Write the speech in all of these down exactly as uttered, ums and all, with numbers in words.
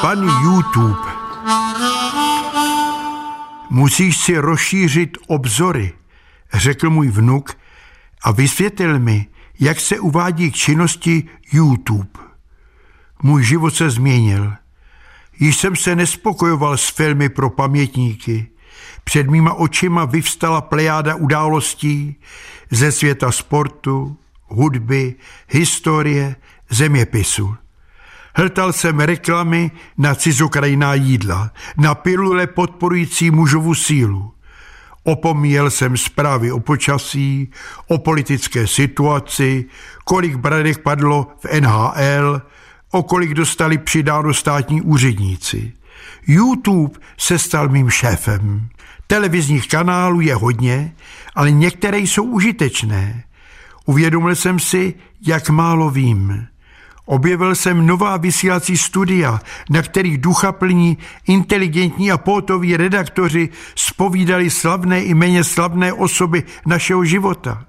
Pan YouTube. Musíš si rozšířit obzory, řekl můj vnuk a vysvětlil mi, jak se uvádí k činnosti YouTube. Můj život se změnil. Již jsem se nespokojoval s filmy pro pamětníky. Před mýma očima vyvstala plejáda událostí ze světa sportu, hudby, historie, zeměpisu. Hltal jsem reklamy na cizokrajná jídla, na pilule podporující mužovu sílu. Opomíjel jsem zprávy o počasí, o politické situaci, kolik branek padlo v N H L, o kolik dostali přidáno státní úředníci. YouTube se stal mým šéfem. Televizních kanálů je hodně, ale některé jsou užitečné. Uvědomil jsem si, jak málo vím. Objevil jsem nová vysílací studia, na kterých duchaplní, inteligentní a pótoví redaktoři zpovídali slavné i méně slavné osoby našeho života.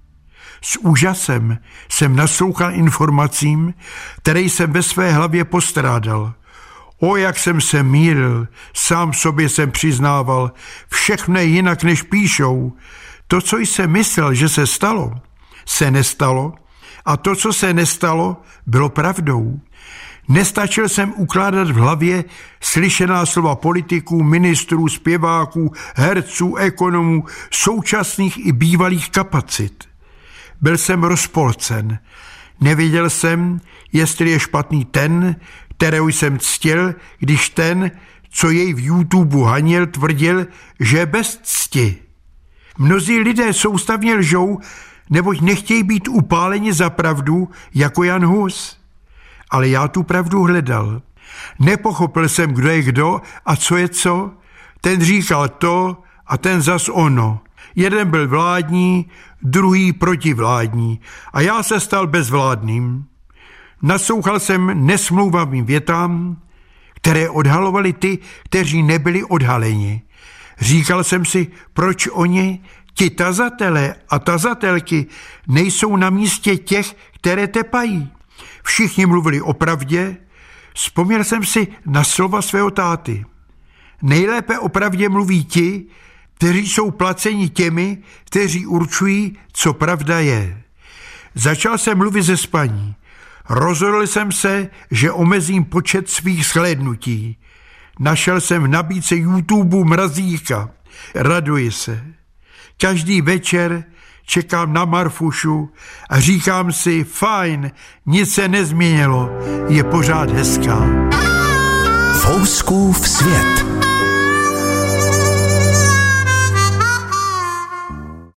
S úžasem jsem naslouchal informacím, které jsem ve své hlavě postrádal. O, jak jsem se mýlil, sám sobě jsem přiznával, všechno je jinak, než píšou. To, co jsem myslel, že se stalo, se nestalo a to, co se nestalo, bylo pravdou. Nestačil jsem ukládat v hlavě slyšená slova politiků, ministrů, zpěváků, herců, ekonomů, současných i bývalých kapacit. Byl jsem rozpolcen. Nevěděl jsem, jestli je špatný ten, kterého jsem ctil, když ten, co jej v YouTube hanil, tvrdil, že je bez cti. Mnozí lidé soustavně lžou, neboť nechtějí být upáleni za pravdu jako Jan Hus. Ale já tu pravdu hledal. Nepochopil jsem, kdo je kdo a co je co. Ten říkal to a ten zas ono. Jeden byl vládní, druhý protivládní a já se stal bezvládným. Naslouchal jsem nesmlouvavým větám, které odhalovali ty, kteří nebyli odhaleni. Říkal jsem si, proč oni, ti tazatelé a tazatelky, nejsou na místě těch, které tepají. Všichni mluvili o pravdě, vzpomněl jsem si na slova svého táty. Nejlépe o pravdě mluví ti, kteří jsou placeni těmi, kteří určují, co pravda je. Začal jsem mluvit ze spaní. Rozhodl jsem se, že omezím počet svých shlédnutí. Našel jsem v nabídce YouTube mrazíka. Raduji se. Každý večer čekám na Marfušu a říkám si, fajn, nic se nezměnilo, je pořád hezká. Fouskův svět.